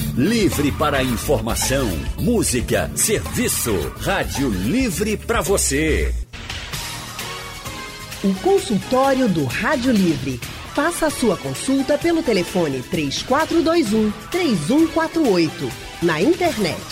Livre para informação, música, serviço. Rádio Livre para você. O consultório do Rádio Livre. Faça a sua consulta pelo telefone 3421-3148. Na internet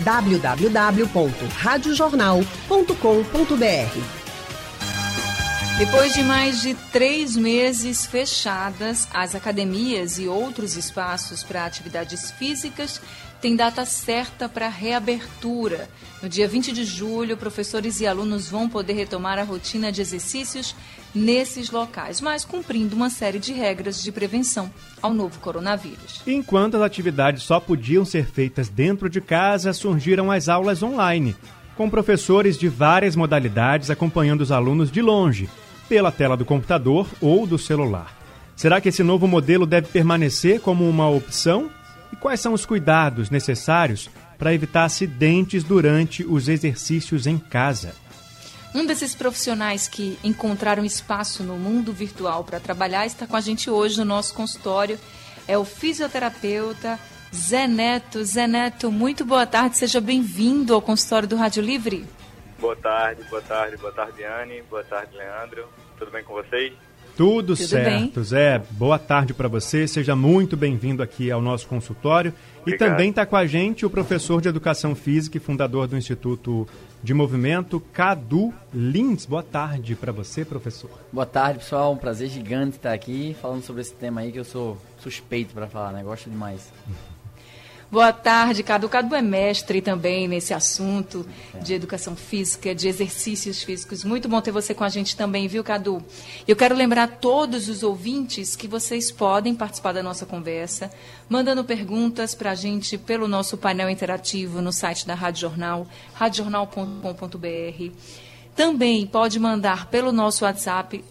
www.radiojornal.com.br. Depois de mais de 3 meses fechadas, as academias e outros espaços para atividades físicas têm data certa para reabertura. No dia 20 de julho, professores e alunos vão poder retomar a rotina de exercícios nesses locais, mas cumprindo uma série de regras de prevenção ao novo coronavírus. Enquanto as atividades só podiam ser feitas dentro de casa, surgiram as aulas online, com professores de várias modalidades acompanhando os alunos de longe, pela tela do computador ou do celular. Será que esse novo modelo deve permanecer como uma opção? E quais são os cuidados necessários para evitar acidentes durante os exercícios em casa? Um desses profissionais que encontraram espaço no mundo virtual para trabalhar está com a gente hoje no nosso consultório. É o fisioterapeuta Zé Neto. Zé Neto, muito boa tarde, seja bem-vindo ao consultório do Rádio Livre. Boa tarde, Anne, boa tarde, Leandro. Tudo bem com vocês? Tudo certo, bem. Zé. Boa tarde para você, seja muito bem-vindo aqui ao nosso consultório. Obrigado. E também está com a gente o professor de Educação Física e fundador do Instituto de Movimento, Cadu Lins. Boa tarde para você, professor. Boa tarde, pessoal. Um prazer gigante estar aqui falando sobre esse tema aí que eu sou suspeito para falar, né? Gosto demais. Boa tarde, Cadu. Cadu é mestre também nesse assunto de educação física, de exercícios físicos. Muito bom ter você com a gente também, viu, Cadu? Eu quero lembrar a todos os ouvintes que vocês podem participar da nossa conversa, mandando perguntas para a gente pelo nosso painel interativo no site da Rádio Jornal, radiojornal.com.br. Também pode mandar pelo nosso WhatsApp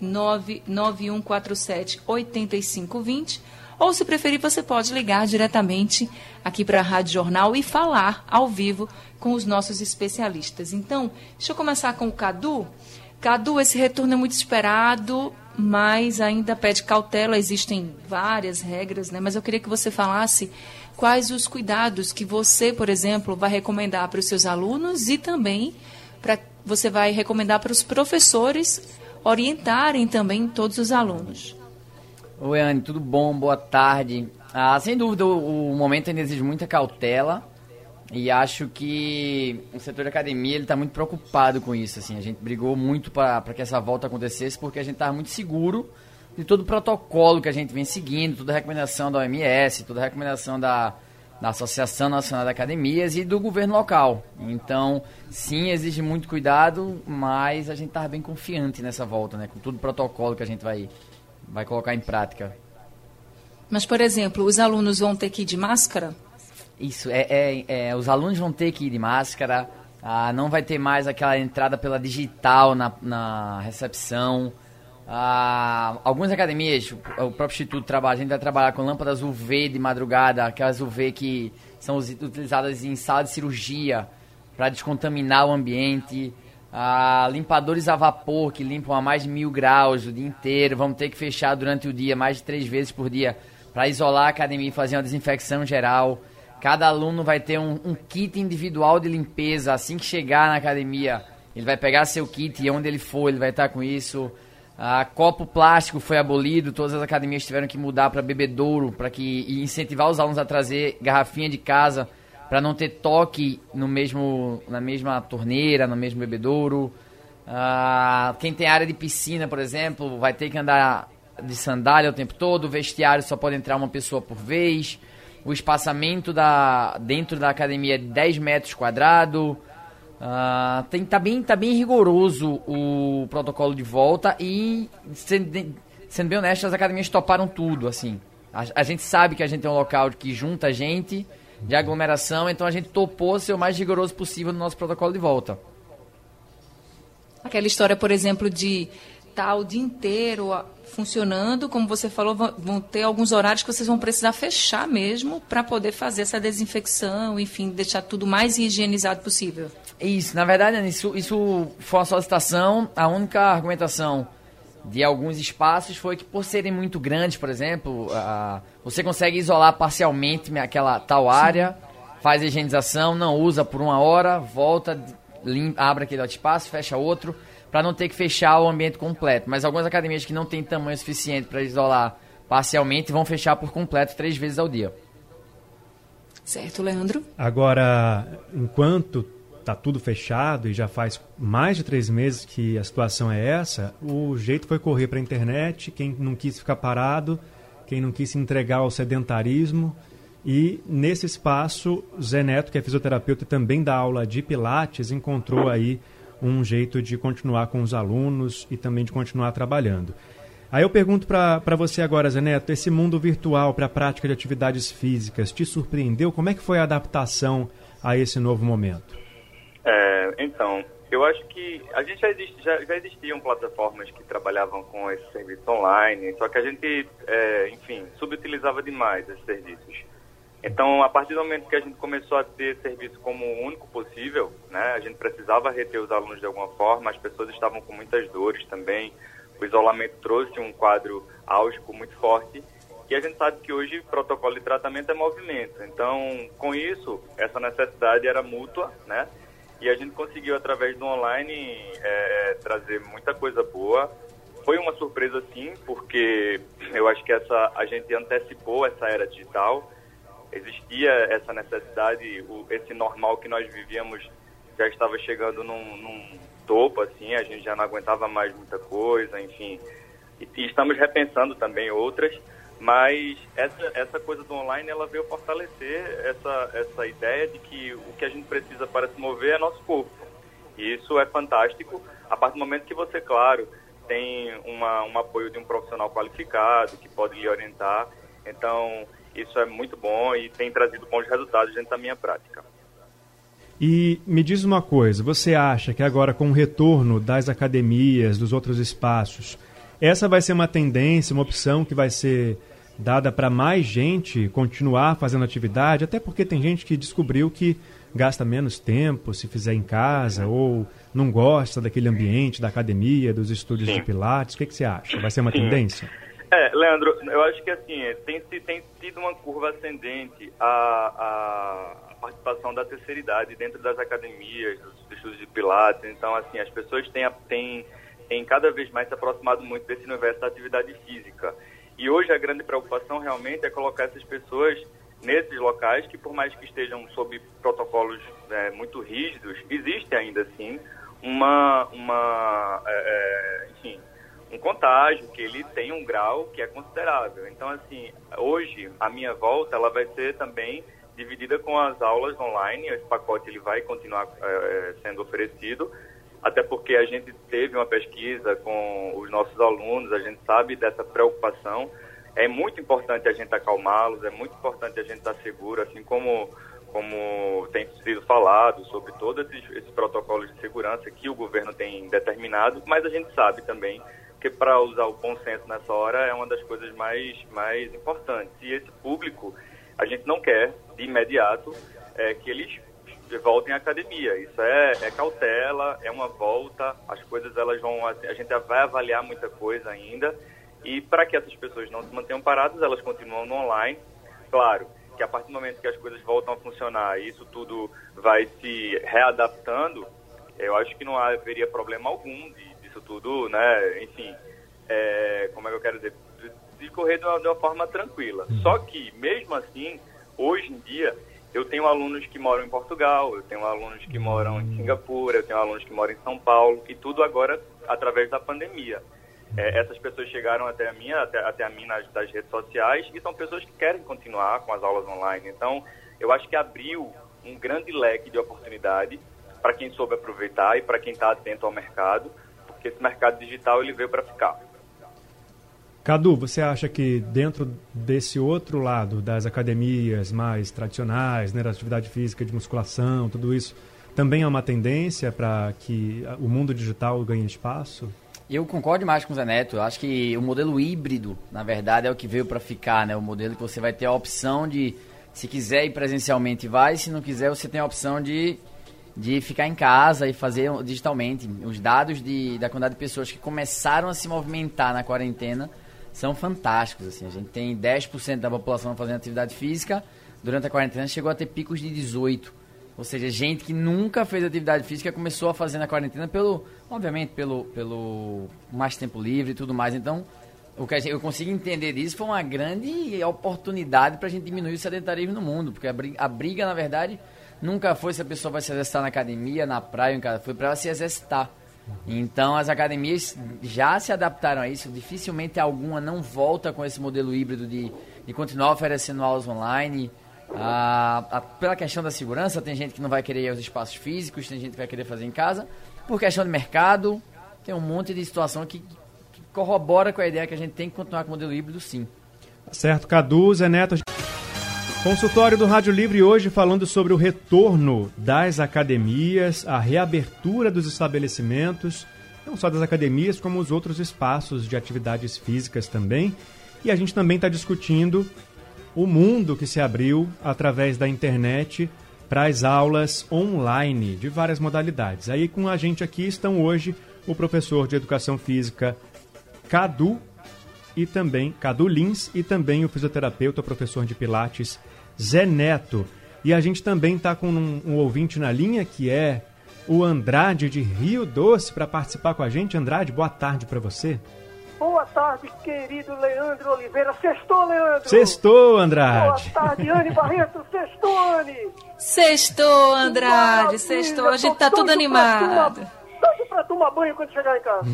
991478520. Ou, se preferir, você pode ligar diretamente aqui para a Rádio Jornal e falar ao vivo com os nossos especialistas. Então, deixa eu começar com o Cadu. Cadu, esse retorno é muito esperado, mas ainda pede cautela. Existem várias regras, né? Mas eu queria que você falasse quais os cuidados que você, por exemplo, vai recomendar para os seus alunos e também você vai recomendar para os professores orientarem também todos os alunos. Oi, Anne, tudo bom? Boa tarde. Sem dúvida, o momento ainda exige muita cautela e acho que o setor de academia está muito preocupado com isso. Assim, a gente brigou muito para que essa volta acontecesse porque a gente estava muito seguro de todo o protocolo que a gente vem seguindo, toda a recomendação da OMS, toda a recomendação da Associação Nacional de Academias e do governo local. Então, sim, exige muito cuidado, mas a gente estava bem confiante nessa volta, né? Com todo o protocolo que a gente vai colocar em prática. Mas, por exemplo, os alunos vão ter que ir de máscara? Isso, os alunos vão ter que ir de máscara, não vai ter mais aquela entrada pela digital na recepção. Algumas academias, o próprio Instituto a gente vai trabalhar com lâmpadas UV de madrugada, aquelas UV que são utilizadas em sala de cirurgia para descontaminar o ambiente. Limpadores a vapor que limpam a mais de 1000 graus o dia inteiro. Vamos ter que fechar durante o dia mais de 3 vezes por dia para isolar a academia e fazer uma desinfecção geral. Cada aluno vai ter um kit individual de limpeza. Assim que chegar na academia, ele vai pegar seu kit e onde ele for, ele vai estar com isso. Copo plástico foi abolido, todas as academias tiveram que mudar para bebedouro e incentivar os alunos a trazer garrafinha de casa para não ter toque na mesma torneira, no mesmo bebedouro. Quem tem área de piscina, por exemplo, vai ter que andar de sandália o tempo todo. O vestiário só pode entrar uma pessoa por vez. O espaçamento dentro da academia é de 10 metros quadrados. Tá bem rigoroso o protocolo de volta e, sendo bem honesto, as academias toparam tudo. Assim. A gente sabe que a gente tem um local que junta gente, de aglomeração, então a gente topou ser o mais rigoroso possível no nosso protocolo de volta. Aquela história, por exemplo, de estar o dia inteiro funcionando, como você falou, vão ter alguns horários que vocês vão precisar fechar mesmo para poder fazer essa desinfecção, enfim, deixar tudo mais higienizado possível. Isso, na verdade, isso foi uma solicitação. A única argumentação de alguns espaços foi que, por serem muito grandes, por exemplo, você consegue isolar parcialmente aquela tal área, faz a higienização, não usa por 1 hora, volta, abre aquele outro espaço, fecha outro, para não ter que fechar o ambiente completo. Mas algumas academias que não têm tamanho suficiente para isolar parcialmente vão fechar por completo 3 vezes ao dia. Certo, Leandro? Agora, enquanto está tudo fechado e já faz mais de 3 meses que a situação é essa, o jeito foi correr para a internet, quem não quis ficar parado, quem não quis se entregar ao sedentarismo. E nesse espaço, Zé Neto, que é fisioterapeuta e também dá aula de Pilates, encontrou aí um jeito de continuar com os alunos e também de continuar trabalhando. Aí eu pergunto para você agora, Zé Neto, esse mundo virtual para a prática de atividades físicas te surpreendeu? Como é que foi a adaptação a esse novo momento? Então, eu acho que a gente já existiam plataformas que trabalhavam com esse serviço online, só que a gente, subutilizava demais esses serviços. Então, a partir do momento que a gente começou a ter serviço como o único possível, né, a gente precisava reter os alunos de alguma forma, as pessoas estavam com muitas dores também, o isolamento trouxe um quadro álgico muito forte, e a gente sabe que hoje o protocolo de tratamento é movimento. Então, com isso, essa necessidade era mútua, né, e a gente conseguiu, através do online, trazer muita coisa boa. Foi uma surpresa, sim, porque eu acho que a gente antecipou essa era digital. Existia essa necessidade, esse normal que nós vivíamos já estava chegando num topo, assim, a gente já não aguentava mais muita coisa, enfim. E estamos repensando também outras, mas essa coisa do online, ela veio fortalecer essa ideia de que o que a gente precisa para se mover é nosso corpo. E isso é fantástico, a partir do momento que você, claro, tem um apoio de um profissional qualificado, que pode lhe orientar. Então, isso é muito bom e tem trazido bons resultados dentro da minha prática. E me diz uma coisa, você acha que agora com o retorno das academias, dos outros espaços, essa vai ser uma tendência, uma opção que vai ser dada para mais gente continuar fazendo atividade? Até porque tem gente que descobriu que gasta menos tempo se fizer em casa ou não gosta daquele ambiente, da academia, dos estúdios de Pilates. O que você acha? Vai ser uma tendência? Leandro, eu acho que assim, tem sido uma curva ascendente a participação da terceira idade dentro das academias, dos estudos de Pilates. Então, assim, as pessoas têm cada vez mais se aproximado muito desse universo da atividade física. E hoje a grande preocupação realmente é colocar essas pessoas nesses locais que, por mais que estejam sob protocolos muito rígidos, existe ainda assim um contágio, que ele tem um grau que é considerável. Então, assim, hoje a minha volta ela vai ser também dividida com as aulas online. Esse pacote ele vai continuar sendo oferecido, até porque a gente teve uma pesquisa com os nossos alunos, a gente sabe dessa preocupação. É muito importante a gente acalmá-los, é muito importante a gente estar seguro, assim como tem sido falado sobre todos esses protocolos de segurança que o governo tem determinado, mas a gente sabe também que para usar o bom senso nessa hora é uma das coisas mais importantes. E esse público, a gente não quer, de imediato, que eles voltem à academia. Isso é cautela, é uma volta, as coisas elas vão... A gente vai avaliar muita coisa ainda, e para que essas pessoas não se mantenham paradas, elas continuam no online. Claro que a partir do momento que as coisas voltam a funcionar e isso tudo vai se readaptando, eu acho que não haveria problema algum disso tudo, né? Enfim, como é que eu quero dizer? De correr de uma forma tranquila. Só que, mesmo assim, hoje em dia, eu tenho alunos que moram em Portugal, eu tenho alunos que moram em Singapura, eu tenho alunos que moram em São Paulo, e tudo agora através da pandemia. Essas pessoas chegaram até a mim nas redes sociais, e são pessoas que querem continuar com as aulas online. Então, eu acho que abriu um grande leque de oportunidade para quem soube aproveitar e para quem está atento ao mercado, porque esse mercado digital ele veio para ficar. Cadu, você acha que dentro desse outro lado das academias mais tradicionais, né, da atividade física, de musculação, tudo isso, também é uma tendência para que o mundo digital ganhe espaço? Eu concordo mais com o Zé Neto. Eu acho que o modelo híbrido, na verdade, é o que veio para ficar, né? O modelo que você vai ter a opção de, se quiser ir presencialmente, vai. Se não quiser, você tem a opção de de ficar em casa e fazer digitalmente. Os dados da quantidade de pessoas que começaram a se movimentar na quarentena são fantásticos. Assim. A gente tem 10% da população fazendo atividade física, durante a quarentena chegou a ter picos de 18%. Ou seja, gente que nunca fez atividade física começou a fazer na quarentena obviamente pelo mais tempo livre e tudo mais. Então, o que eu consigo entender disso foi uma grande oportunidade para a gente diminuir o sedentarismo no mundo, porque a briga, na verdade, nunca foi se a pessoa vai se exercitar na academia, na praia, em casa, foi para ela se exercitar. Então, as academias já se adaptaram a isso, dificilmente alguma não volta com esse modelo híbrido de continuar oferecendo aulas online. Pela questão da segurança, tem gente que não vai querer ir aos espaços físicos, tem gente que vai querer fazer em casa. Por questão de mercado, tem um monte de situação que corrobora com a ideia que a gente tem que continuar com o modelo híbrido, sim. Certo, Cadu, Zé Neto. Consultório do Rádio Livre hoje falando sobre o retorno das academias, a reabertura dos estabelecimentos, não só das academias, como os outros espaços de atividades físicas também. E a gente também está discutindo o mundo que se abriu através da internet para as aulas online de várias modalidades. Aí com a gente aqui estão hoje o professor de Educação Física Cadu Lins e também o fisioterapeuta, professor de Pilates Zé Neto. E a gente também está com um ouvinte na linha que é o Andrade de Rio Doce para participar com a gente. Andrade, boa tarde para você. Boa tarde, querido Leandro Oliveira. Sextou, Leandro. Sextou, Andrade. Boa tarde, Anne Barreto. Sextou, Anne. Sextou, Andrade. Sextou. A gente tá tudo animado. Doido pra tomar banho quando chegar em casa.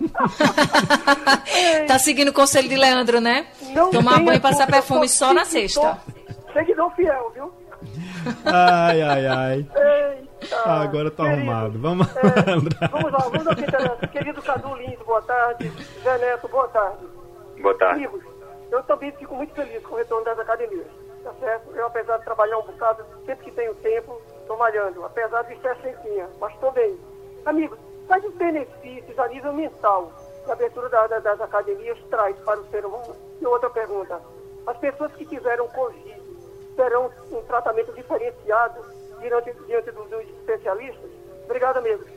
Tá seguindo o conselho de Leandro, né? Não tomar banho e passar perfume só na sexta. Seguidor fiel, viu? Ai. Eita, agora tá arrumado. Vamos lá, vamos ao que interessa. Querido Cadu Lins, boa tarde. Zé Neto, boa tarde. Boa tarde. Amigos, eu também fico muito feliz com o retorno das academias, tá certo? Eu, apesar de trabalhar um bocado, sempre que tenho tempo, estou malhando, apesar de ser sequinha, mas estou bem. Amigos, quais os benefícios a nível mental que a abertura das academias traz para o ser humano? E outra pergunta, as pessoas que tiveram Covid terão um tratamento diferenciado diante dos especialistas? Obrigado, amigos.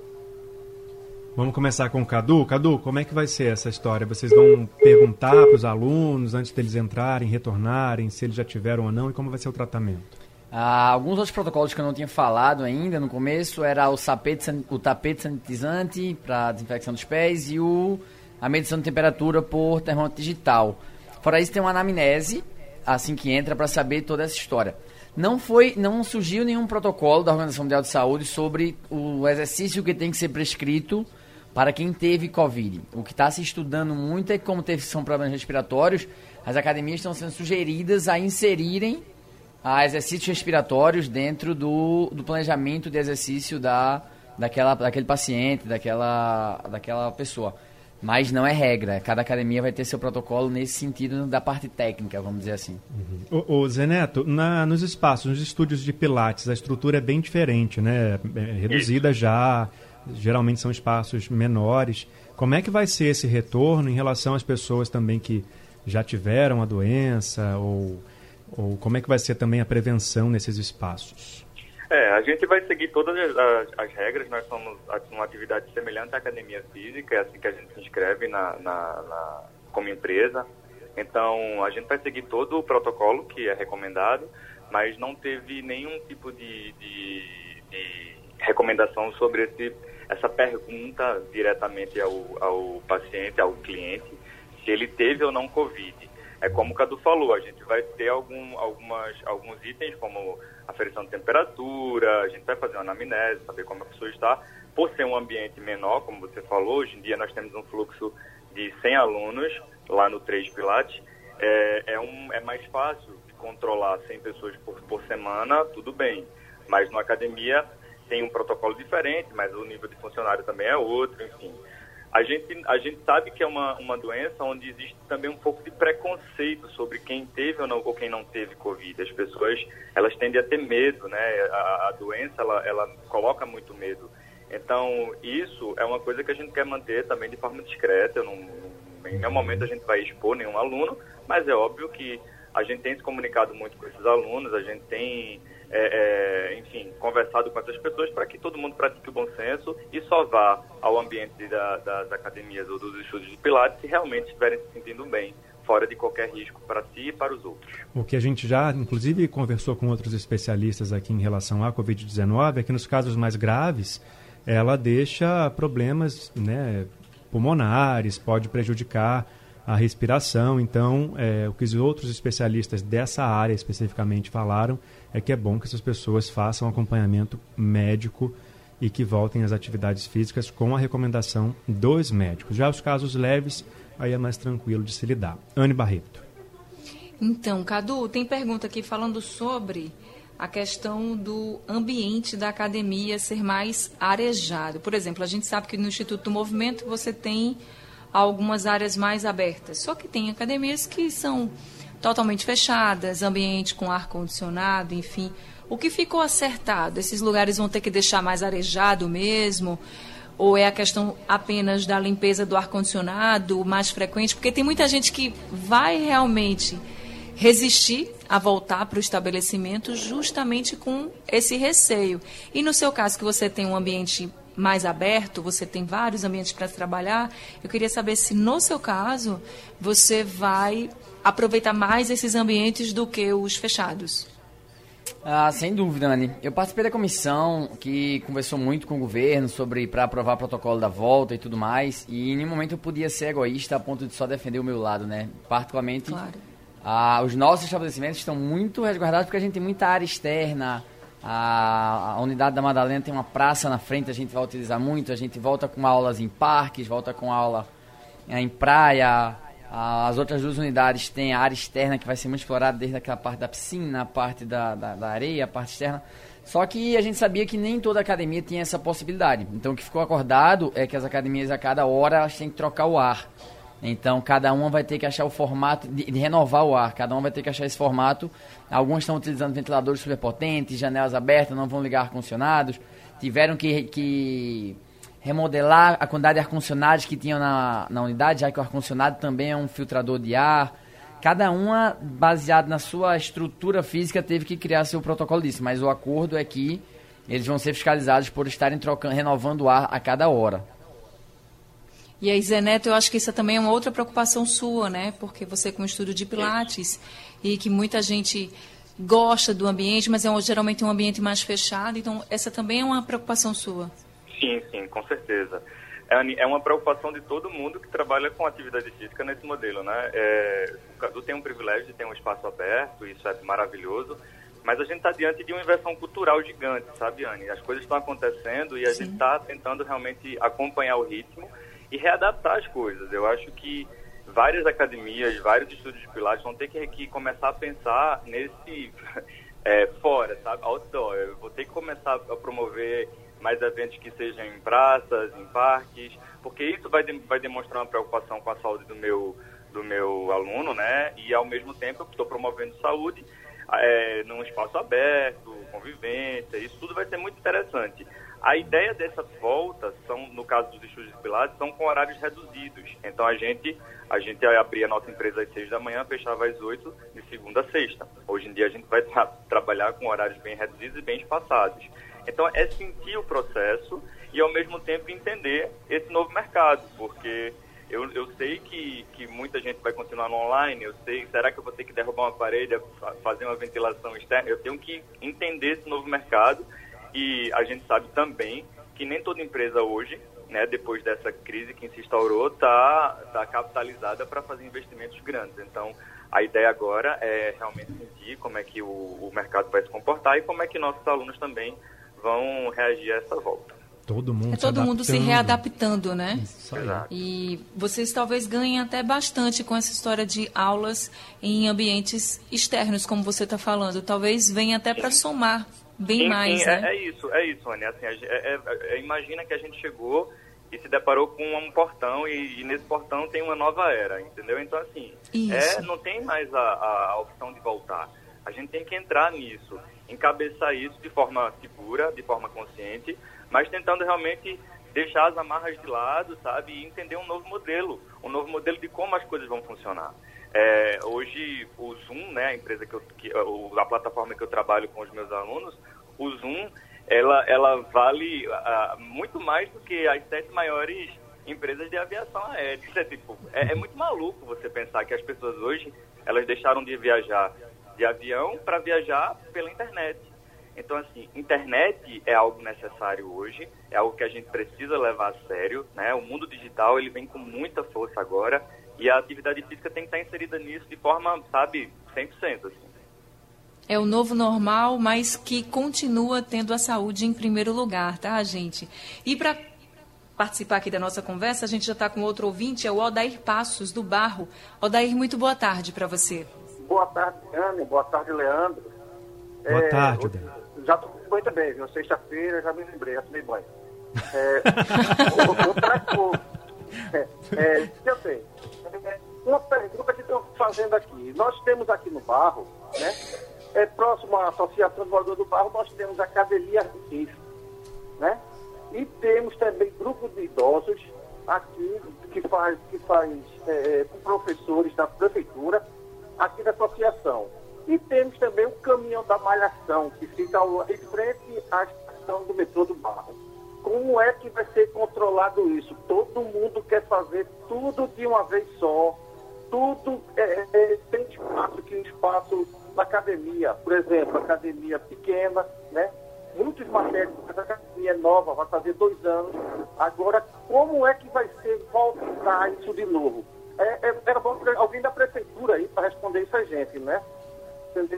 Vamos começar com o Cadu. Cadu, como é que vai ser essa história? Vocês vão perguntar para os alunos antes deles entrarem, retornarem, se eles já tiveram ou não, e como vai ser o tratamento? Alguns outros protocolos que eu não tinha falado ainda no começo era o tapete sanitizante para desinfecção dos pés e a medição de temperatura por termômetro digital. Fora isso, tem uma anamnese assim que entra para saber toda essa história. Não surgiu nenhum protocolo da Organização Mundial de Saúde sobre o exercício que tem que ser prescrito para quem teve Covid. O que está se estudando muito é que, como são problemas respiratórios, as academias estão sendo sugeridas a inserirem exercícios respiratórios dentro do planejamento de exercício daquele paciente, daquela pessoa. Mas não é regra. Cada academia vai ter seu protocolo nesse sentido da parte técnica, vamos dizer assim. Ô Zé Neto, nos espaços, nos estúdios de Pilates, a estrutura é bem diferente, né? Reduzida já, geralmente são espaços menores. Como é que vai ser esse retorno em relação às pessoas também que já tiveram a doença ou como é que vai ser também a prevenção nesses espaços? A gente vai seguir todas as regras. Nós somos uma atividade semelhante à academia física, é assim que a gente se inscreve como empresa. Então, a gente vai seguir todo o protocolo que é recomendado, mas não teve nenhum tipo de recomendação sobre essa pergunta diretamente ao paciente, ao cliente, se ele teve ou não Covid. É como o Cadu falou, a gente vai ter alguns itens, como aferição de temperatura, a gente vai fazer uma anamnese, saber como a pessoa está. Por ser um ambiente menor, como você falou, hoje em dia nós temos um fluxo de 100 alunos lá no 3 Pilates. É mais fácil de controlar 100 pessoas por semana, tudo bem. Mas na academia tem um protocolo diferente, mas o nível de funcionário também é outro, enfim. A gente sabe que é uma doença onde existe também um pouco de preconceito sobre quem teve ou quem não teve Covid. As pessoas, elas tendem a ter medo, né? A doença, ela coloca muito medo. Então, isso é uma coisa que a gente quer manter também de forma discreta. Em nenhum momento a gente vai expor nenhum aluno, mas é óbvio que a gente tem se comunicado muito com esses alunos, a gente tem enfim, conversado com essas pessoas para que todo mundo pratique o bom senso e só vá ao ambiente das academias ou dos estúdios de Pilates se realmente estiverem se sentindo bem, fora de qualquer risco para si e para os outros. O que a gente já, inclusive, conversou com outros especialistas aqui em relação à Covid-19 é que nos casos mais graves, ela deixa problemas, né, pulmonares, pode prejudicar a respiração. Então, o que os outros especialistas dessa área especificamente falaram é que é bom que essas pessoas façam acompanhamento médico e que voltem às atividades físicas com a recomendação dos médicos. Já os casos leves, aí é mais tranquilo de se lidar. Anne Barreto. Então, Cadu, tem pergunta aqui falando sobre a questão do ambiente da academia ser mais arejado. Por exemplo, a gente sabe que no Instituto do Movimento você tem algumas áreas mais abertas, só que tem academias que são totalmente fechadas, ambiente com ar-condicionado, enfim. O que ficou acertado? Esses lugares vão ter que deixar mais arejado mesmo? Ou é a questão apenas da limpeza do ar-condicionado mais frequente? Porque tem muita gente que vai realmente resistir a voltar para o estabelecimento justamente com esse receio. E no seu caso, que você tem um ambiente mais aberto, você tem vários ambientes para trabalhar, eu queria saber se no seu caso você vai aproveitar mais esses ambientes do que os fechados. Sem dúvida, Anny. Eu participei da comissão que conversou muito com o governo para aprovar o protocolo da volta e tudo mais, e em nenhum momento eu podia ser egoísta a ponto de só defender o meu lado, né? Particularmente, claro. Os nossos estabelecimentos estão muito resguardados porque a gente tem muita área externa. A unidade da Madalena tem uma praça na frente, a gente vai utilizar muito, a gente volta com aulas em parques, volta com aula em praia. As outras duas unidades têm a área externa que vai ser muito explorada, desde aquela parte da piscina, a parte da areia, a parte externa. Só que a gente sabia que nem toda academia tinha essa possibilidade. Então o que ficou acordado é que as academias a cada hora elas têm que trocar o ar. Então cada uma vai ter que achar o formato de renovar o ar, cada uma vai ter que achar esse formato. Algumas estão utilizando ventiladores superpotentes, janelas abertas, não vão ligar ar-condicionados. Tiveram que remodelar a quantidade de ar-condicionados que tinham na unidade, já que o ar-condicionado também é um filtrador de ar. Cada uma, baseado na sua estrutura física, teve que criar seu protocolo disso. Mas o acordo é que eles vão ser fiscalizados por estarem renovando o ar a cada hora. E aí, Zé Neto, eu acho que isso também é uma outra preocupação sua, né? Porque você com o estúdio de Pilates e que muita gente gosta do ambiente, mas geralmente um ambiente mais fechado. Então, essa também é uma preocupação sua. Sim, com certeza. É uma preocupação de todo mundo que trabalha com atividade física nesse modelo, né? O Cadu tem um privilégio de ter um espaço aberto, isso é maravilhoso, mas a gente está diante de uma inversão cultural gigante, sabe, Anne? As coisas estão acontecendo e a gente está tentando realmente acompanhar o ritmo e readaptar as coisas. Eu acho que várias academias, vários estúdios de Pilates vão ter que começar a pensar nesse fora, sabe? Outdoor. Eu vou ter que começar a promover mais eventos que sejam em praças, em parques, porque isso vai demonstrar uma preocupação com a saúde do meu aluno, né? E ao mesmo tempo eu estou promovendo saúde num espaço aberto, convivência, isso tudo vai ser muito interessante. A ideia dessa volta, no caso dos estúdios de Pilates, são com horários reduzidos. Então a gente abria a nossa empresa às 6 da manhã, fechava às 8, de segunda a sexta. Hoje em dia a gente vai trabalhar com horários bem reduzidos e bem espaçados. Então é sentir o processo e ao mesmo tempo entender esse novo mercado, porque eu sei que muita gente vai continuar no online, eu sei, será que eu vou ter que derrubar uma parede, fazer uma ventilação externa? Eu tenho que entender esse novo mercado e a gente sabe também que nem toda empresa hoje, né, depois dessa crise que se instaurou, tá capitalizada para fazer investimentos grandes. Então a ideia agora é realmente sentir como é que o mercado vai se comportar e como é que nossos alunos também vão reagir a essa volta. Todo mundo se readaptando, né? Exato. E vocês talvez ganhem até bastante com essa história de aulas em ambientes externos, como você está falando. Talvez venha até para somar bem mais, né? É isso, Anny. Assim, imagina que a gente chegou e se deparou com um portão e nesse portão tem uma nova era, entendeu? Então, assim, não tem mais a opção de voltar. A gente tem que entrar nisso, encabeçar isso de forma segura, de forma consciente, mas tentando realmente deixar as amarras de lado, sabe? E entender um novo modelo de como as coisas vão funcionar. Hoje o Zoom, né, a empresa a plataforma que eu trabalho com os meus alunos, o Zoom, ela vale muito mais do que as 7 maiores empresas de aviação aérea. É muito maluco você pensar que as pessoas hoje, elas deixaram de viajar de avião para viajar pela internet. Então, assim, internet é algo necessário hoje, é algo que a gente precisa levar a sério, né? O mundo digital, ele vem com muita força agora e a atividade física tem que estar inserida nisso de forma, 100%, assim. É o novo normal, mas que continua tendo a saúde em primeiro lugar, tá, gente? E para participar aqui da nossa conversa, a gente já está com outro ouvinte, é o Odair Passos, do Barro. Odair, muito boa tarde para você. Boa tarde, Anne. Boa tarde, Leandro. Boa tarde. Já estou com banho também, viu? Sexta-feira, já me lembrei, já tomei banho. Outra coisa. Eu sei. Uma pergunta que estou fazendo aqui. Nós temos aqui no Barro, né? Próximo à Associação do Morador do Barro, nós temos a Academia Recife, né? E temos também grupo de idosos aqui que faz com professores da prefeitura aqui da associação. E temos também o caminhão da Malhação, que fica em frente à estação do metrô do Barro. Como é que vai ser controlado isso? Todo mundo quer fazer tudo de uma vez só. Tudo tem espaço aqui, espaço na academia. Por exemplo, academia pequena, né? Muitos matérias, a academia é nova, vai fazer 2 anos. Agora, como é que vai ser voltar isso de novo? Era bom alguém da prefeitura aí para responder isso a gente, né? Entendeu?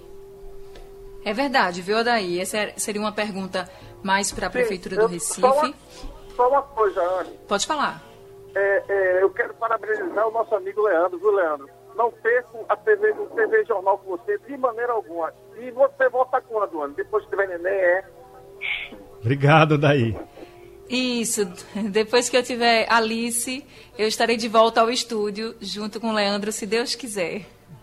É verdade, viu, Odair? Essa seria uma pergunta mais para a Prefeitura do Recife. Só uma coisa, Anne. Pode falar. Eu quero parabenizar o nosso amigo Leandro, viu, Leandro? Não perco o TV Jornal com você de maneira alguma. E você volta quando, Anne? Depois que tiver neném, Obrigado, Odair. Isso. Depois que eu tiver Alice, eu estarei de volta ao estúdio, junto com o Leandro, se Deus quiser.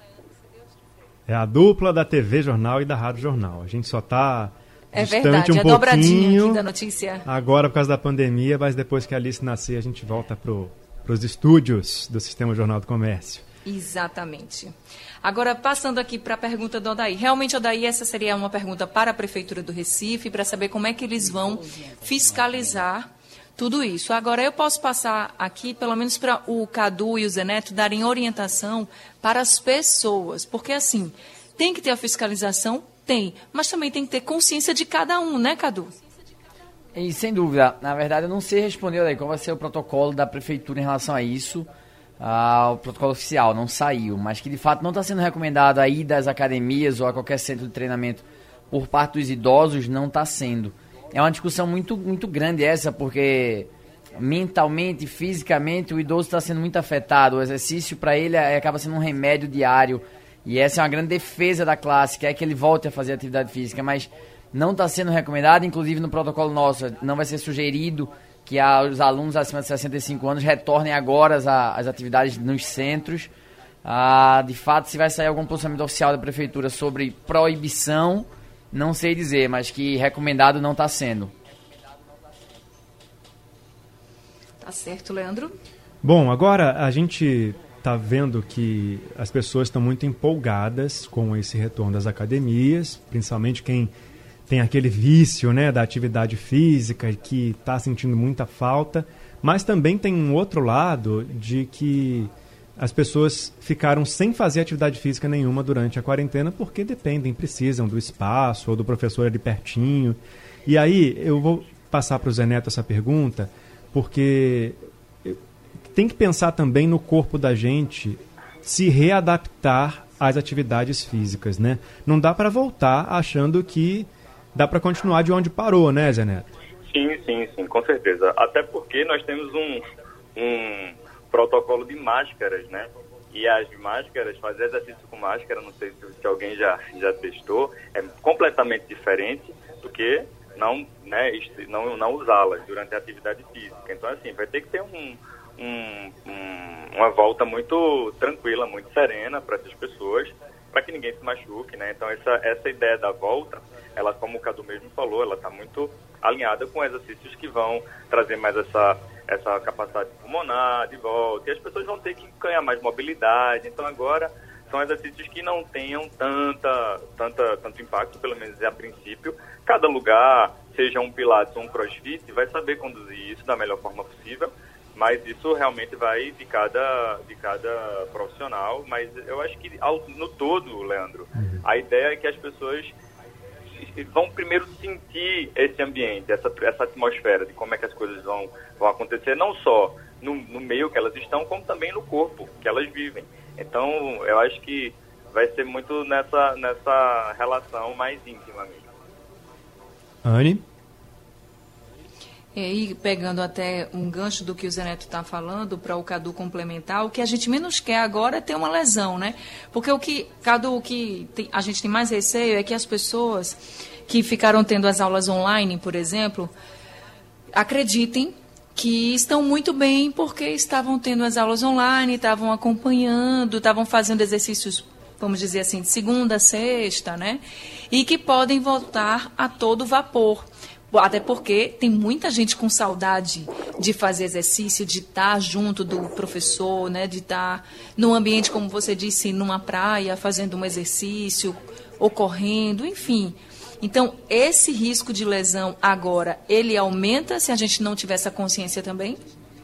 É a dupla da TV Jornal e da Rádio Jornal. A gente só está distante verdade, um dobradinha pouquinho aqui da notícia. Agora por causa da pandemia, mas depois que a Alice nascer, a gente volta para os estúdios do Sistema Jornal do Comércio. Exatamente. Agora, passando aqui para a pergunta do Odair. Realmente, Odair, essa seria uma pergunta para a Prefeitura do Recife, para saber como é que eles vão fiscalizar tudo isso. Agora, eu posso passar aqui, pelo menos para o Cadu e o Zé Neto, darem orientação para as pessoas. Porque, assim, tem que ter a fiscalização? Tem. Mas também tem que ter consciência de cada um, né, Cadu? E, sem dúvida. Na verdade, eu não sei responder aí qual vai ser o protocolo da Prefeitura em relação a isso. O protocolo oficial não saiu, mas que, de fato, não está sendo recomendado a ir das academias ou a qualquer centro de treinamento por parte dos idosos, não está sendo. É uma discussão muito, muito grande essa, porque mentalmente, fisicamente, o idoso está sendo muito afetado. O exercício, para ele, acaba sendo um remédio diário. E essa é uma grande defesa da classe, que é que ele volte a fazer atividade física. Mas não está sendo recomendado, inclusive no protocolo nosso, não vai ser sugerido que os alunos acima de 65 anos retornem agora às atividades nos centros. De fato, se vai sair algum posicionamento oficial da Prefeitura sobre proibição, não sei dizer, mas que recomendado não está sendo. Tá certo, Leandro. Bom, agora a gente está vendo que as pessoas estão muito empolgadas com esse retorno das academias, principalmente quem tem aquele vício, né, da atividade física e que está sentindo muita falta, mas também tem um outro lado de que as pessoas ficaram sem fazer atividade física nenhuma durante a quarentena porque precisam do espaço ou do professor ali pertinho. E aí eu vou passar para o Zé Neto essa pergunta, porque tem que pensar também no corpo da gente se readaptar às atividades físicas, né? Não dá para voltar achando que dá para continuar de onde parou, né, Zé Neto? Sim, com certeza. Até porque nós temos um protocolo de máscaras, né? E as máscaras, fazer exercício com máscara, não sei se alguém já testou, é completamente diferente do que não usá-las durante a atividade física. Então, assim, vai ter que ter uma volta muito tranquila, muito serena para essas pessoas, para que ninguém se machuque, né? Então, essa ideia da volta, ela, como o Cadu mesmo falou, ela está muito alinhada com exercícios que vão trazer mais essa capacidade pulmonar de volta, e as pessoas vão ter que ganhar mais mobilidade. Então agora são exercícios que não tenham tanto impacto, pelo menos a princípio. Cada lugar, seja um Pilates ou um CrossFit, vai saber conduzir isso da melhor forma possível, mas isso realmente vai de cada profissional. Mas eu acho que no todo, Leandro, a ideia é que as pessoas vão primeiro sentir esse ambiente, essa atmosfera de como é que as coisas vão acontecer, não só no meio que elas estão, como também no corpo que elas vivem. Então, eu acho que vai ser muito nessa relação mais íntima mesmo. Anne? E aí, pegando até um gancho do que o Zé Neto está falando, para o Cadu complementar, o que a gente menos quer agora é ter uma lesão, né? Porque a gente tem mais receio é que as pessoas que ficaram tendo as aulas online, por exemplo, acreditem que estão muito bem porque estavam tendo as aulas online, estavam acompanhando, estavam fazendo exercícios, vamos dizer assim, de segunda a sexta, né? E que podem voltar a todo vapor. Até porque tem muita gente com saudade de fazer exercício, de estar junto do professor, né? De estar num ambiente, como você disse, numa praia, fazendo um exercício, ou correndo, enfim. Então, esse risco de lesão agora, ele aumenta se a gente não tiver essa consciência também?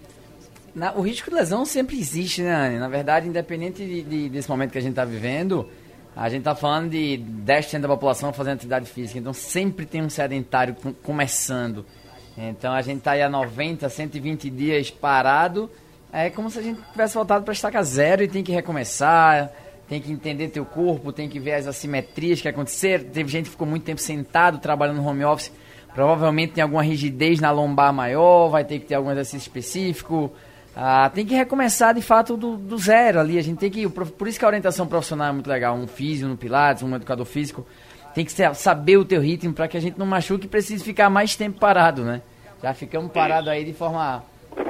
O risco de lesão sempre existe, né, Anne? Na verdade, independente desse momento que a gente está vivendo, a gente está falando de 10% da população fazendo atividade física, então sempre tem um sedentário começando. Então a gente está aí há 90, 120 dias parado, é como se a gente tivesse voltado para estaca zero e tem que recomeçar, tem que entender teu corpo, tem que ver as assimetrias que aconteceram. Teve gente que ficou muito tempo sentado, trabalhando no home office, provavelmente tem alguma rigidez na lombar maior, vai ter que ter algum exercício específico. Tem que recomeçar de fato do zero ali. A gente tem que, por isso que a orientação profissional é muito legal. Um físio no Pilates, um educador físico, tem que saber o teu ritmo para que a gente não machuque e precise ficar mais tempo parado, né? Já ficamos parados aí de forma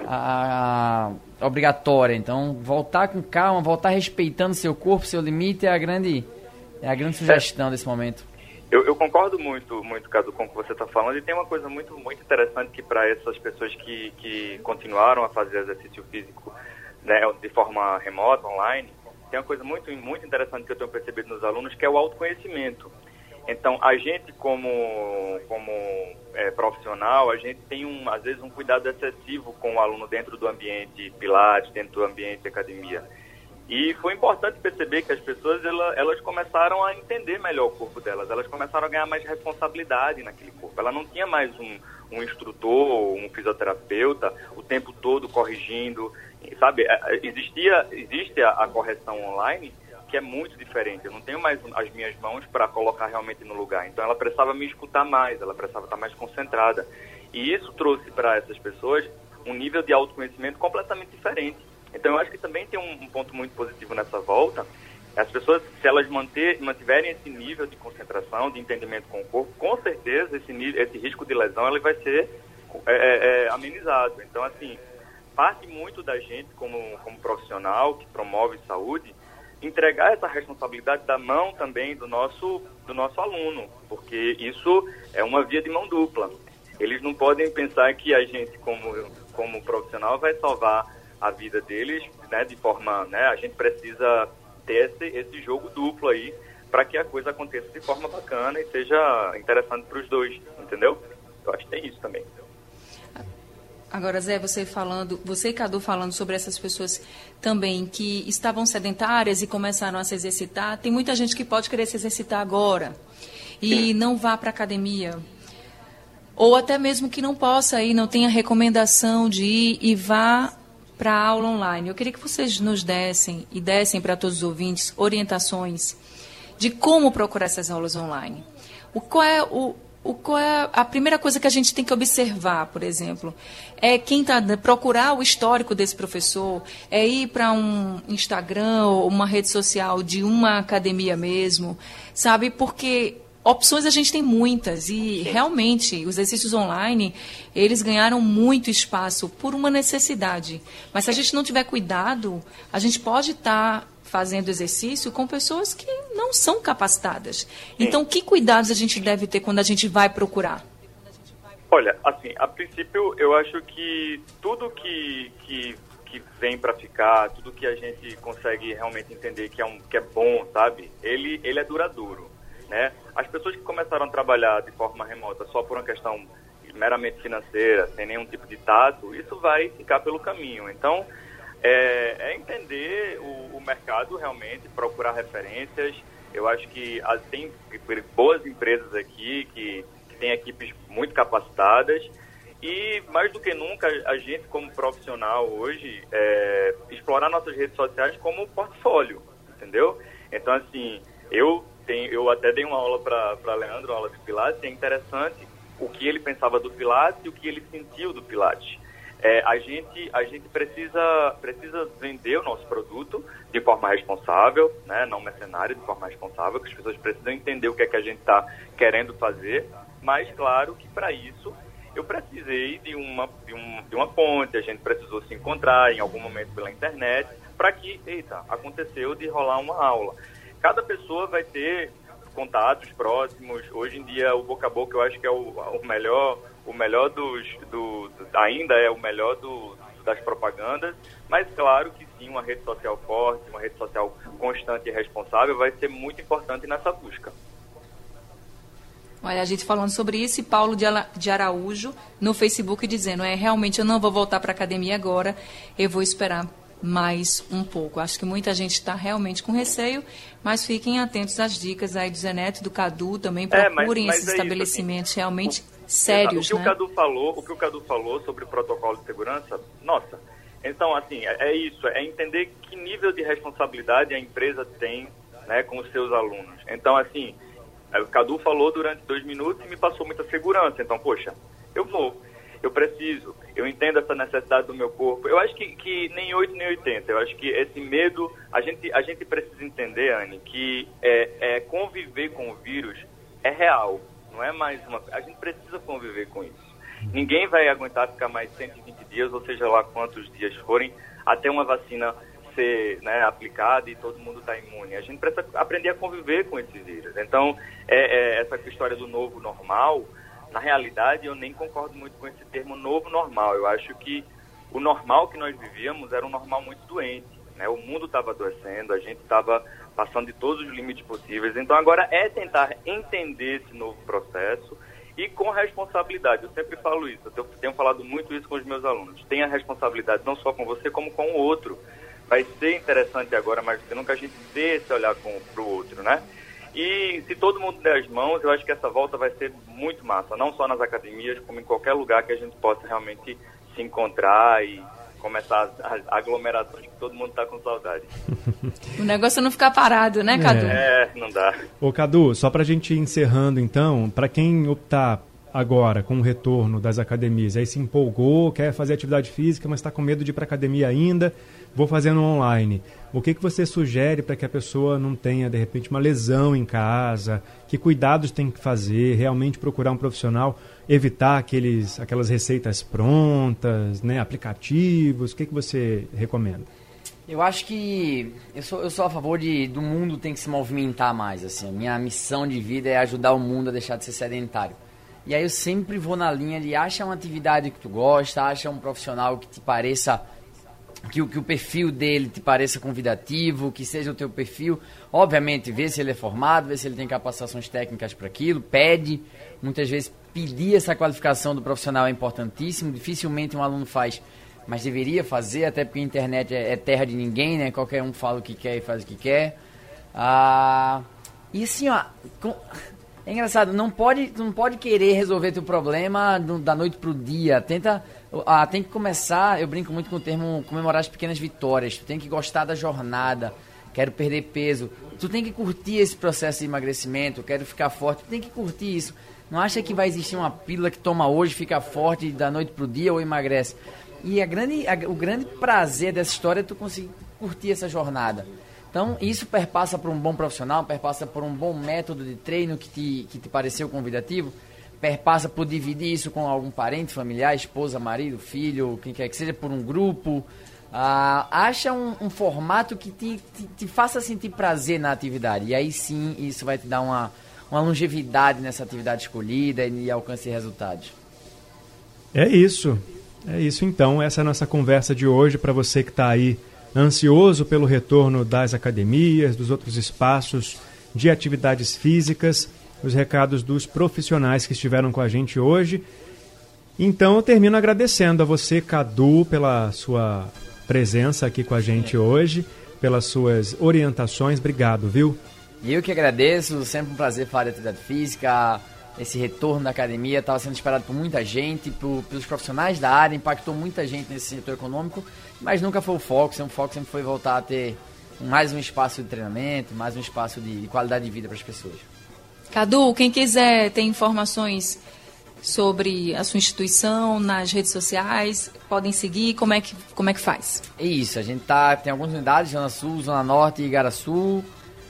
obrigatória. Então, voltar com calma, voltar respeitando seu corpo, seu limite é a grande sugestão desse momento. Eu concordo muito, Cadu, com o que você está falando, e tem uma coisa muito, muito interessante que para essas pessoas que continuaram a fazer exercício físico, né, de forma remota, online, tem uma coisa muito, muito interessante que eu tenho percebido nos alunos, que é o autoconhecimento. Então, a gente como profissional, a gente tem, às vezes, um cuidado excessivo com o aluno dentro do ambiente Pilates, dentro do ambiente academia. E foi importante perceber que as pessoas elas começaram a entender melhor o corpo delas, elas começaram a ganhar mais responsabilidade naquele corpo. Ela não tinha mais um instrutor, um fisioterapeuta o tempo todo corrigindo, sabe? Existe a correção online, que é muito diferente. Eu não tenho mais as minhas mãos para colocar realmente no lugar. Então ela precisava me escutar mais, ela precisava estar mais concentrada. E isso trouxe para essas pessoas um nível de autoconhecimento completamente diferente. Então eu acho que também tem um ponto muito positivo nessa volta. As pessoas, se elas mantiverem esse nível de concentração, de entendimento com o corpo, com certeza esse risco de lesão ele vai ser amenizado. Então, assim, parte muito da gente como profissional que promove saúde, entregar essa responsabilidade da mão também do nosso aluno, porque isso é uma via de mão dupla. Eles não podem pensar que a gente, como profissional, vai salvar a vida deles, né, de forma, né, a gente precisa ter esse jogo duplo aí para que a coisa aconteça de forma bacana e seja interessante para os dois, entendeu? Eu acho que tem isso também. Agora, Zé, você e Cadu falando sobre essas pessoas também que estavam sedentárias e começaram a se exercitar, tem muita gente que pode querer se exercitar agora e não vá para a academia. Ou até mesmo que não possa ir, não tenha recomendação de ir e vá para a aula online. Eu queria que vocês nos dessem para todos os ouvintes orientações de como procurar essas aulas online. Qual é a primeira coisa que a gente tem que observar, por exemplo? É procurar o histórico desse professor, é ir para um Instagram ou uma rede social de uma academia mesmo, sabe? Porque opções a gente tem muitas e realmente os exercícios online, eles ganharam muito espaço por uma necessidade. Mas se a gente não tiver cuidado, a gente pode estar fazendo exercício com pessoas que não são capacitadas. Então, que cuidados a gente deve ter quando a gente vai procurar? Olha, assim, a princípio eu acho que tudo que vem para ficar, tudo que a gente consegue realmente entender que é bom, sabe? Ele é duradouro, né? As pessoas que começaram a trabalhar de forma remota só por uma questão meramente financeira, sem nenhum tipo de tato, isso vai ficar pelo caminho. Então, é entender o mercado realmente, procurar referências. Eu acho que tem boas empresas aqui que têm equipes muito capacitadas. E, mais do que nunca, a gente, como profissional hoje, explorar nossas redes sociais como portfólio, entendeu? Então, assim, eu até dei uma aula para Leandro, uma aula de Pilates, e é interessante o que ele pensava do Pilates e o que ele sentiu do Pilates. A gente precisa vender o nosso produto de forma responsável, né? Não mercenária, de forma responsável, que as pessoas precisam entender o que é que a gente está querendo fazer, mas, claro, que para isso eu precisei de uma ponte, a gente precisou se encontrar em algum momento pela internet, para que, aconteceu de rolar uma aula. Cada pessoa vai ter contatos próximos. Hoje em dia, o boca a boca eu acho que é o melhor ainda é o melhor das propagandas, mas claro que sim, uma rede social forte, uma rede social constante e responsável vai ser muito importante nessa busca. Olha, a gente falando sobre isso e Paulo de Araújo no Facebook dizendo, realmente eu não vou voltar para a academia agora, eu vou esperar mais um pouco. Acho que muita gente está realmente com receio, mas fiquem atentos às dicas aí do Zé Neto, do Cadu, também procurem esses estabelecimentos isso, assim, realmente sérios, o que o Cadu falou sobre o protocolo de segurança, nossa, então assim, é isso, é entender que nível de responsabilidade a empresa tem, né, com os seus alunos. Então assim, o Cadu falou durante 2 minutos e me passou muita segurança. Então, poxa, eu preciso, eu entendo essa necessidade do meu corpo. Eu acho que nem 8 nem 80. Eu acho que esse medo, a gente precisa entender, Anne, que conviver com o vírus é real. Não é mais a gente precisa conviver com isso. Ninguém vai aguentar ficar mais 120 dias, ou seja lá quantos dias forem, até uma vacina ser, né, aplicada e todo mundo está imune. A gente precisa aprender a conviver com esse vírus. Então, essa história do novo normal, na realidade, eu nem concordo muito com esse termo novo normal. Eu acho que o normal que nós vivíamos era um normal muito doente, né? O mundo estava adoecendo, a gente estava passando de todos os limites possíveis. Então, agora é tentar entender esse novo processo e com responsabilidade. Eu sempre falo isso, eu tenho falado muito isso com os meus alunos. Tenha responsabilidade não só com você, como com o outro. Vai ser interessante agora, mais do que nunca, a gente ter esse olhar para o outro, né? E se todo mundo der as mãos, eu acho que essa volta vai ser muito massa, não só nas academias, como em qualquer lugar que a gente possa realmente se encontrar e começar as aglomerações que todo mundo está com saudade. O negócio é não ficar parado, né, Cadu? Não dá. Ô, Cadu, só para a gente ir encerrando, então, para quem optar agora com o retorno das academias, aí se empolgou, quer fazer atividade física, mas está com medo de ir para a academia ainda, vou fazendo online. O que você sugere para que a pessoa não tenha, de repente, uma lesão em casa? Que cuidados tem que fazer? Realmente procurar um profissional, evitar aquelas receitas prontas, né, aplicativos? O que você recomenda? Eu acho que eu sou a favor do mundo tem que se movimentar mais. Assim. A minha missão de vida é ajudar o mundo a deixar de ser sedentário. E aí eu sempre vou na linha de acha uma atividade que tu gosta, acha um profissional que te pareça, que o perfil dele te pareça convidativo, que seja o teu perfil. Obviamente, vê se ele é formado, vê se ele tem capacitações técnicas para aquilo, pede. Muitas vezes pedir essa qualificação do profissional é importantíssimo, dificilmente um aluno faz, mas deveria fazer, até porque a internet é terra de ninguém, né? Qualquer um fala o que quer e faz o que quer. E assim, ó... É engraçado, tu não pode querer resolver teu problema da noite pro dia. Tem que começar, eu brinco muito com o termo comemorar as pequenas vitórias. Tu tem que gostar da jornada, quero perder peso. Tu tem que curtir esse processo de emagrecimento, quero ficar forte. Tu tem que curtir isso. Não acha que vai existir uma pílula que toma hoje, fica forte da noite pro dia ou emagrece. E o grande prazer dessa história é tu conseguir curtir essa jornada. Então, isso perpassa por um bom profissional, perpassa por um bom método de treino que te pareceu convidativo, perpassa por dividir isso com algum parente, familiar, esposa, marido, filho, quem quer que seja, por um grupo. Acha um formato que te faça sentir prazer na atividade. E aí sim, isso vai te dar uma longevidade nessa atividade escolhida e alcance resultados. É isso então. Essa é a nossa conversa de hoje para você que está aí ansioso pelo retorno das academias, dos outros espaços de atividades físicas, os recados dos profissionais que estiveram com a gente hoje. Então eu termino agradecendo a você, Cadu, pela sua presença aqui com a gente hoje, pelas suas orientações. Obrigado, viu? Eu que agradeço, sempre um prazer falar de atividade física. Esse retorno da academia estava sendo esperado por muita gente, pelos profissionais da área, impactou muita gente nesse setor econômico, mas nunca foi o foco sempre foi voltar a ter mais um espaço de treinamento, mais um espaço de qualidade de vida para as pessoas. Cadu, quem quiser ter informações sobre a sua instituição nas redes sociais, podem seguir, como é que faz? Isso, a gente tem algumas unidades, Zona Sul, Zona Norte e Igaraçu.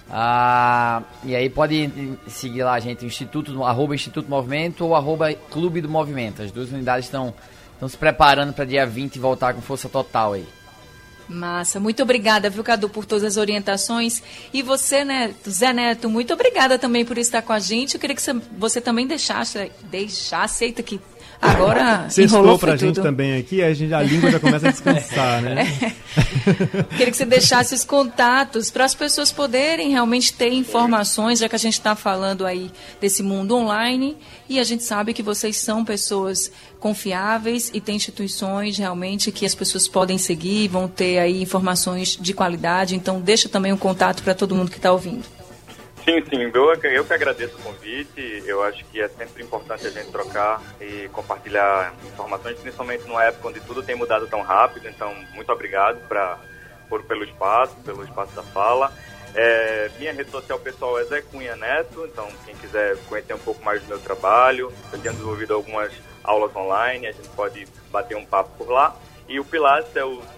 E aí pode seguir lá a gente, Instituto Movimento ou Clube do Movimento. As duas unidades estão se preparando para dia 20 voltar com força total aí. Massa, muito obrigada, viu, Cadu, por todas as orientações. E você, Zé Neto, muito obrigada também por estar com a gente. Eu queria que você também deixasse, eita que agora enrolou pra gente também aqui, a língua já começa a descansar, né? Queria que você deixasse os contatos para as pessoas poderem realmente ter informações, já que a gente está falando aí desse mundo online, e a gente sabe que vocês são pessoas confiáveis e tem instituições realmente que as pessoas podem seguir, vão ter aí informações de qualidade, então deixa também um contato para todo mundo que está ouvindo. Sim, eu que agradeço o convite. Eu acho que é sempre importante a gente trocar e compartilhar informações, principalmente numa época onde tudo tem mudado tão rápido. Então, muito obrigado pelo espaço da fala. Minha rede social pessoal é Zé Cunha Neto, então quem quiser conhecer um pouco mais do meu trabalho, eu tenho desenvolvido algumas aulas online, a gente pode bater um papo por lá. E o Pilates é o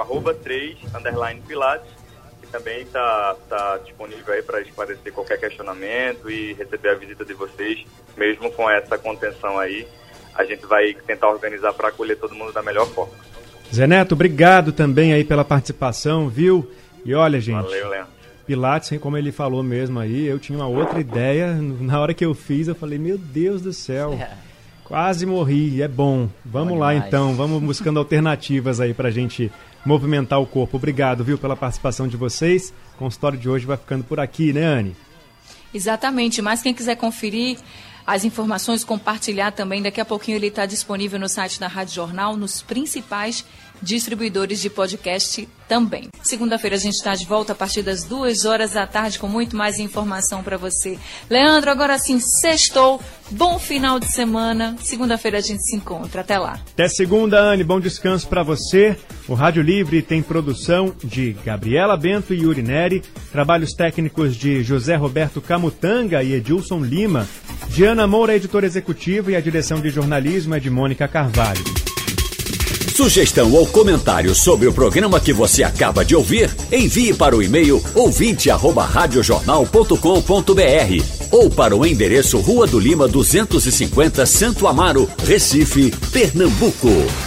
@3_Pilates, também está disponível aí para esclarecer qualquer questionamento e receber a visita de vocês, mesmo com essa contenção aí. A gente vai tentar organizar para acolher todo mundo da melhor forma. Zé Neto, obrigado também aí pela participação, viu? E olha, gente, valeu, Leandro. Pilates, como ele falou mesmo aí, eu tinha uma outra ideia. Na hora que eu fiz, eu falei, meu Deus do céu, quase morri, é bom. Vamos lá então, vamos buscando alternativas aí pra gente movimentar o corpo. Obrigado, viu, pela participação de vocês. O consultório de hoje vai ficando por aqui, né, Anne? Exatamente, mas quem quiser conferir as informações, compartilhar também, daqui a pouquinho ele está disponível no site da Rádio Jornal, nos principais distribuidores de podcast também. Segunda-feira a gente está de volta a partir das 14h com muito mais informação para você. Leandro, agora sim, sextou, bom final de semana. Segunda-feira a gente se encontra. Até lá. Até segunda, Anne. Bom descanso para você. O Rádio Livre tem produção de Gabriela Bento e Yuri Neri, trabalhos técnicos de José Roberto Camutanga e Edilson Lima. Diana Moura, editora executiva, e a direção de jornalismo é de Mônica Carvalho. Sugestão ou comentário sobre o programa que você acaba de ouvir, envie para o e-mail ouvinte@radiojornal.com.br ou para o endereço Rua do Lima 250, Santo Amaro, Recife, Pernambuco.